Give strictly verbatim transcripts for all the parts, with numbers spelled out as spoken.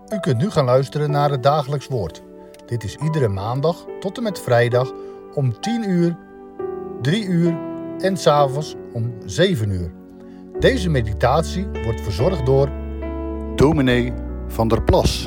U kunt nu gaan luisteren naar het Dagelijks Woord. Dit is iedere maandag tot en met vrijdag om tien uur, drie uur en 's avonds om zeven uur. Deze meditatie wordt verzorgd door dominee van der Plas.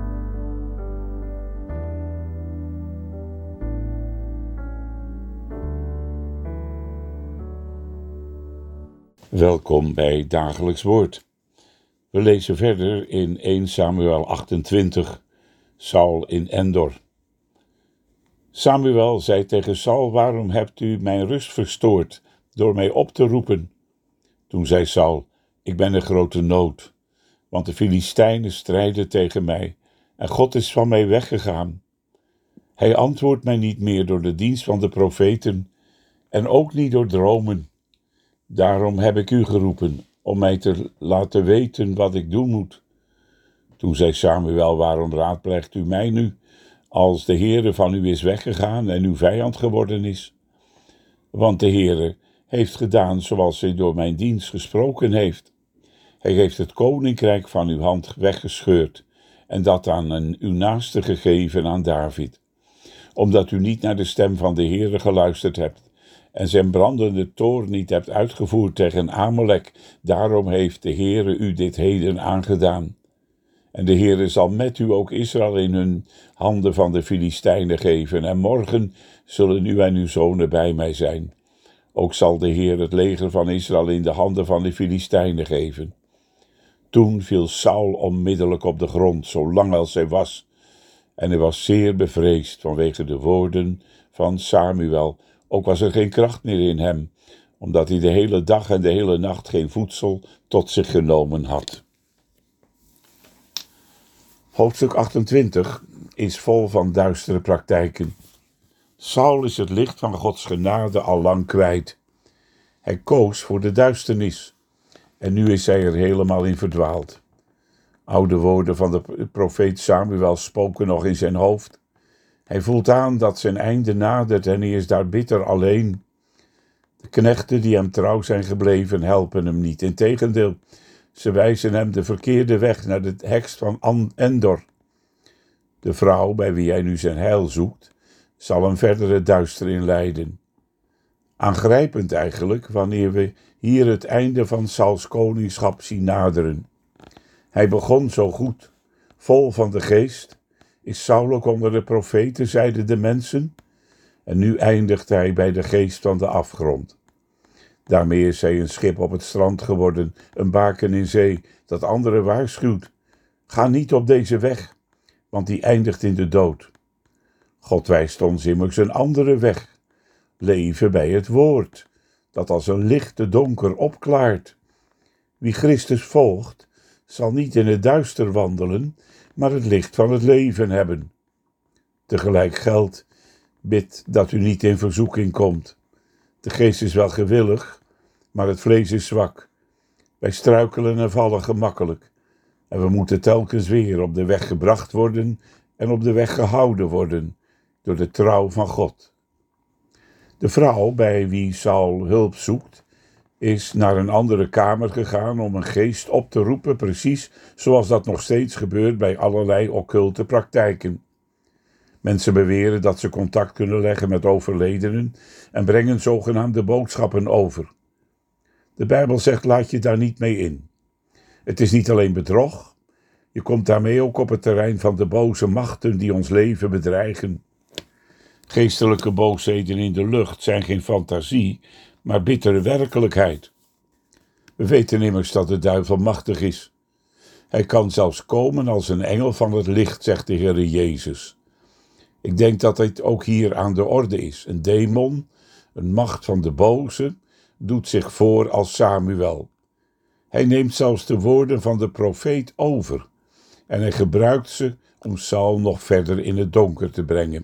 Welkom bij Dagelijks Woord. We lezen verder in eerste Samuel achtentwintig, Saul in Endor. Samuel zei tegen Saul: waarom hebt u mijn rust verstoord door mij op te roepen? Toen zei Saul: ik ben in grote nood, want de Filistijnen strijden tegen mij en God is van mij weggegaan. Hij antwoordt mij niet meer door de dienst van de profeten en ook niet door dromen. Daarom heb ik u geroepen, om mij te laten weten wat ik doen moet. Toen zei Samuel: waarom raadpleegt u mij nu, als de Heere van u is weggegaan en uw vijand geworden is? Want de Heere heeft gedaan zoals hij door mijn dienst gesproken heeft. Hij heeft het koninkrijk van uw hand weggescheurd en dat aan een uw naaste gegeven, aan David. Omdat u niet naar de stem van de Heere geluisterd hebt en zijn brandende toorn niet hebt uitgevoerd tegen Amalek, daarom heeft de Heere u dit heden aangedaan. En de Heere zal met u ook Israël in hun handen van de Filistijnen geven, en morgen zullen u en uw zonen bij mij zijn. Ook zal de Heer het leger van Israël in de handen van de Filistijnen geven. Toen viel Saul onmiddellijk op de grond, zo lang als hij was, en hij was zeer bevreesd vanwege de woorden van Samuel. Ook was er geen kracht meer in hem, omdat hij de hele dag en de hele nacht geen voedsel tot zich genomen had. Hoofdstuk achtentwintig is vol van duistere praktijken. Saul is het licht van Gods genade al lang kwijt. Hij koos voor de duisternis en nu is hij er helemaal in verdwaald. Oude woorden van de profeet Samuel spoken nog in zijn hoofd. Hij voelt aan dat zijn einde nadert en hij is daar bitter alleen. De knechten die hem trouw zijn gebleven helpen hem niet. Integendeel, ze wijzen hem de verkeerde weg naar de heks van Endor. De vrouw bij wie hij nu zijn heil zoekt, zal hem verder het duister in leiden. Aangrijpend eigenlijk, wanneer we hier het einde van Sauls koningschap zien naderen. Hij begon zo goed, vol van de geest. Is Saul ook onder de profeten, zeiden de mensen, en nu eindigt hij bij de geest van de afgrond. Daarmee is hij een schip op het strand geworden, een baken in zee, dat anderen waarschuwt. Ga niet op deze weg, want die eindigt in de dood. God wijst ons immers een andere weg, leven bij het woord, dat als een licht de donker opklaart. Wie Christus volgt, zal niet in het duister wandelen, maar het licht van het leven hebben. Tegelijk geldt, bid dat u niet in verzoeking komt. De geest is wel gewillig, maar het vlees is zwak. Wij struikelen en vallen gemakkelijk. En we moeten telkens weer op de weg gebracht worden en op de weg gehouden worden door de trouw van God. De vrouw bij wie Saul hulp zoekt, is naar een andere kamer gegaan om een geest op te roepen, precies zoals dat nog steeds gebeurt bij allerlei occulte praktijken. Mensen beweren dat ze contact kunnen leggen met overledenen en brengen zogenaamde boodschappen over. De Bijbel zegt: laat je daar niet mee in. Het is niet alleen bedrog, je komt daarmee ook op het terrein van de boze machten die ons leven bedreigen. Geestelijke boosheden in de lucht zijn geen fantasie, maar bittere werkelijkheid. We weten immers dat de duivel machtig is. Hij kan zelfs komen als een engel van het licht, zegt de Heere Jezus. Ik denk dat dit ook hier aan de orde is. Een demon, een macht van de boze, doet zich voor als Samuel. Hij neemt zelfs de woorden van de profeet over en hij gebruikt ze om Saul nog verder in het donker te brengen.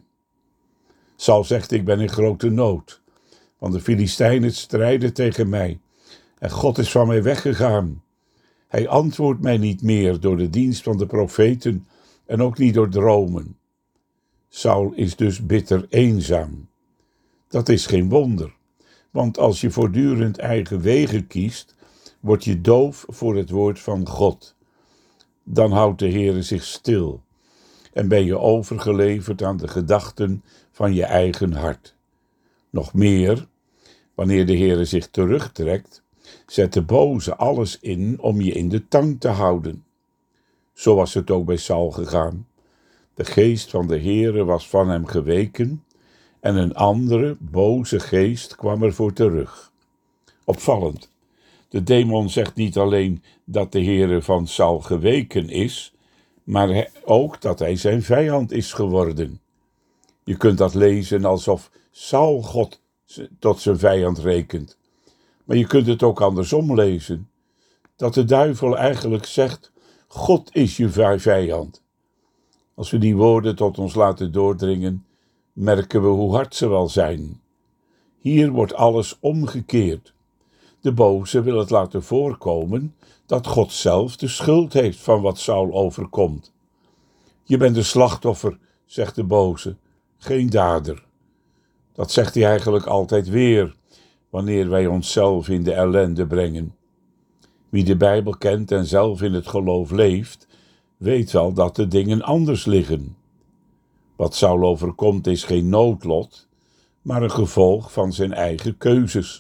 Saul zegt: ik ben in grote nood, want de Filistijnen strijden tegen mij en God is van mij weggegaan. Hij antwoordt mij niet meer door de dienst van de profeten en ook niet door dromen. Saul is dus bitter eenzaam. Dat is geen wonder, want als je voortdurend eigen wegen kiest, word je doof voor het woord van God. dan houdt de Heere zich stil en ben je overgeleverd aan de gedachten van je eigen hart. Nog meer, wanneer de Heere zich terugtrekt, zet de boze alles in om je in de tang te houden. Zo was het ook bij Saul gegaan. De geest van de Heere was van hem geweken en een andere, boze geest kwam ervoor terug. Opvallend. De demon zegt niet alleen dat de Heere van Saul geweken is, maar ook dat hij zijn vijand is geworden. Je kunt dat lezen alsof Saul God tot zijn vijand rekent. Maar je kunt het ook andersom lezen. Dat de duivel eigenlijk zegt, God is je vijand. Als we die woorden tot ons laten doordringen, merken we hoe hard ze wel zijn. Hier wordt alles omgekeerd. De boze wil het laten voorkomen dat God zelf de schuld heeft van wat Saul overkomt. Je bent een slachtoffer, zegt de boze, geen dader. Dat zegt hij eigenlijk altijd weer, wanneer wij onszelf in de ellende brengen. Wie de Bijbel kent en zelf in het geloof leeft, weet wel dat de dingen anders liggen. Wat Saul overkomt is geen noodlot, maar een gevolg van zijn eigen keuzes.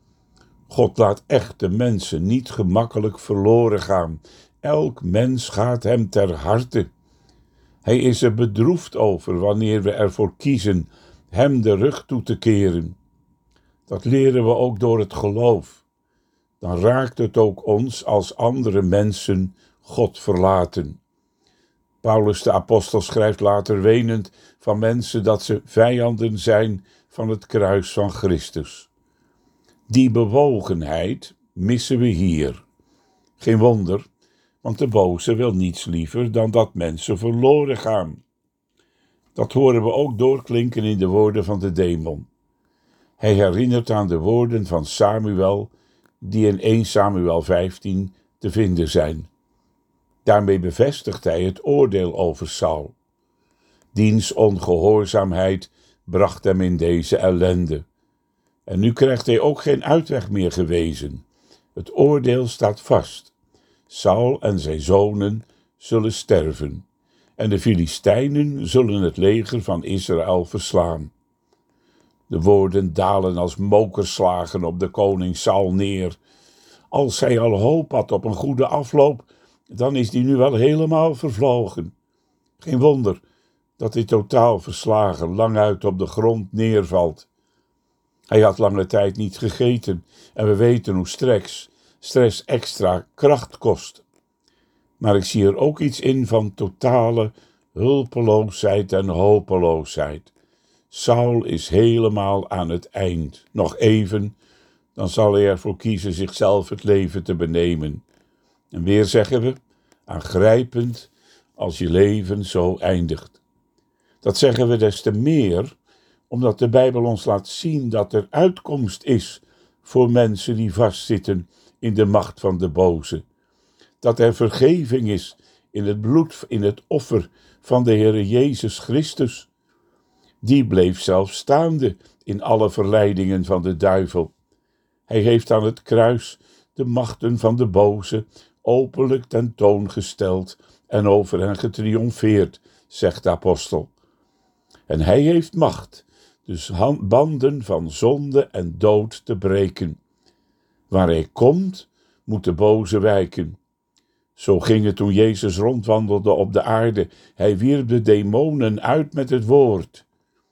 God laat echte mensen niet gemakkelijk verloren gaan. Elk mens gaat hem ter harte. Hij is er bedroefd over wanneer we ervoor kiezen hem de rug toe te keren. Dat leren we ook door het geloof. Dan raakt het ook ons als andere mensen God verlaten. Paulus de apostel schrijft later wenend van mensen dat ze vijanden zijn van het kruis van Christus. Die bewogenheid missen we hier. Geen wonder, want de boze wil niets liever dan dat mensen verloren gaan. Dat horen we ook doorklinken in de woorden van de demon. Hij herinnert aan de woorden van Samuel, die in eerste Samuel vijftien te vinden zijn. Daarmee bevestigt hij het oordeel over Saul. Diens ongehoorzaamheid bracht hem in deze ellende. En nu krijgt hij ook geen uitweg meer gewezen. Het oordeel staat vast. Saul en zijn zonen zullen sterven. En de Filistijnen zullen het leger van Israël verslaan. De woorden dalen als mokerslagen op de koning Saul neer. Als hij al hoop had op een goede afloop, dan is die nu wel helemaal vervlogen. Geen wonder dat hij totaal verslagen languit op de grond neervalt. Hij had lange tijd niet gegeten en we weten hoe stress, stress extra kracht kost. Maar ik zie er ook iets in van totale hulpeloosheid en hopeloosheid. Saul is helemaal aan het eind. Nog even, dan zal hij ervoor kiezen zichzelf het leven te benemen. En weer zeggen we, aangrijpend als je leven zo eindigt. Dat zeggen we des te meer, omdat de Bijbel ons laat zien dat er uitkomst is voor mensen die vastzitten in de macht van de boze. Dat er vergeving is in het bloed, in het offer van de Heere Jezus Christus. Die bleef zelf staande in alle verleidingen van de duivel. Hij heeft aan het kruis de machten van de boze openlijk tentoongesteld en over hen getriomfeerd, zegt de apostel. En hij heeft macht dus banden van zonde en dood te breken. Waar hij komt, moet de boze wijken. Zo ging het toen Jezus rondwandelde op de aarde. Hij wierp de demonen uit met het woord.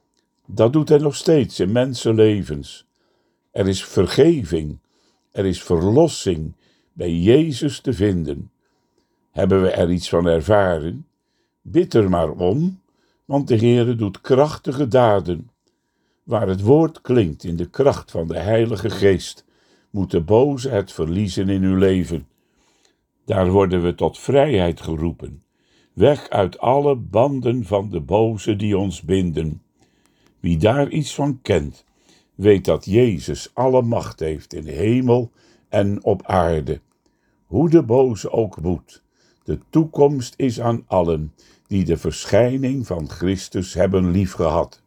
Dat doet hij nog steeds in mensenlevens. Er is vergeving, er is verlossing bij Jezus te vinden. Hebben we er iets van ervaren? Bid er maar om, want de Heere doet krachtige daden. Waar het woord klinkt in de kracht van de Heilige Geest, moet de boze het verliezen in uw leven. Daar worden we tot vrijheid geroepen. Weg uit alle banden van de boze die ons binden. Wie daar iets van kent, weet dat Jezus alle macht heeft in hemel en op aarde. Hoe de boze ook woedt, de toekomst is aan allen die de verschijning van Christus hebben liefgehad.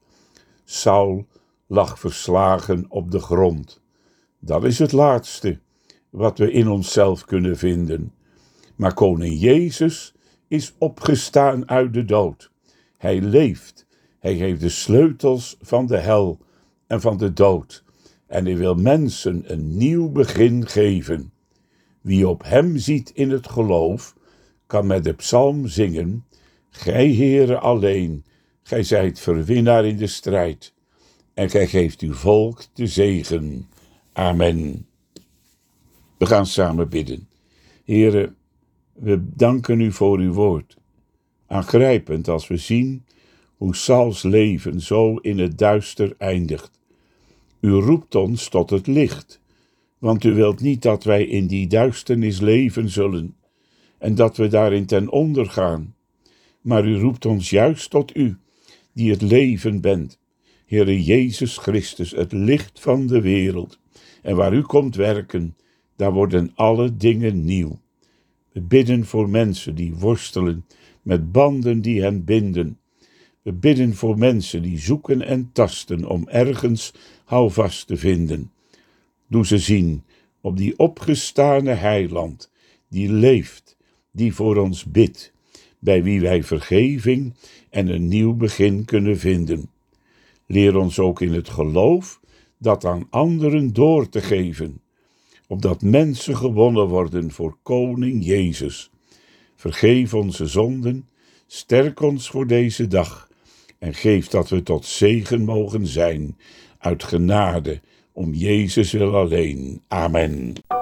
Saul lag verslagen op de grond. Dat is het laatste wat we in onszelf kunnen vinden. Maar koning Jezus is opgestaan uit de dood. Hij leeft. Hij heeft de sleutels van de hel en van de dood. En hij wil mensen een nieuw begin geven. Wie op hem ziet in het geloof, kan met de psalm zingen: Gij, Heere, alleen, gij zijt verwinnaar in de strijd. En gij geeft uw volk de zegen. Amen. We gaan samen bidden. Heere, we danken u voor uw woord. Aangrijpend als we zien hoe Sauls leven zo in het duister eindigt. U roept ons tot het licht, want u wilt niet dat wij in die duisternis leven zullen en dat we daarin ten onder gaan. Maar u roept ons juist tot u, die het leven bent, Heere Jezus Christus, het licht van de wereld. En waar u komt werken, daar worden alle dingen nieuw. We bidden voor mensen die worstelen met banden die hen binden. We bidden voor mensen die zoeken en tasten om ergens houvast te vinden. Doe ze zien op die opgestane heiland, die leeft, die voor ons bidt, bij wie wij vergeving en een nieuw begin kunnen vinden. Leer ons ook in het geloof dat aan anderen door te geven, opdat mensen gewonnen worden voor koning Jezus. Vergeef onze zonden, sterk ons voor deze dag en geef dat we tot zegen mogen zijn, uit genade, om Jezus wil alleen. Amen.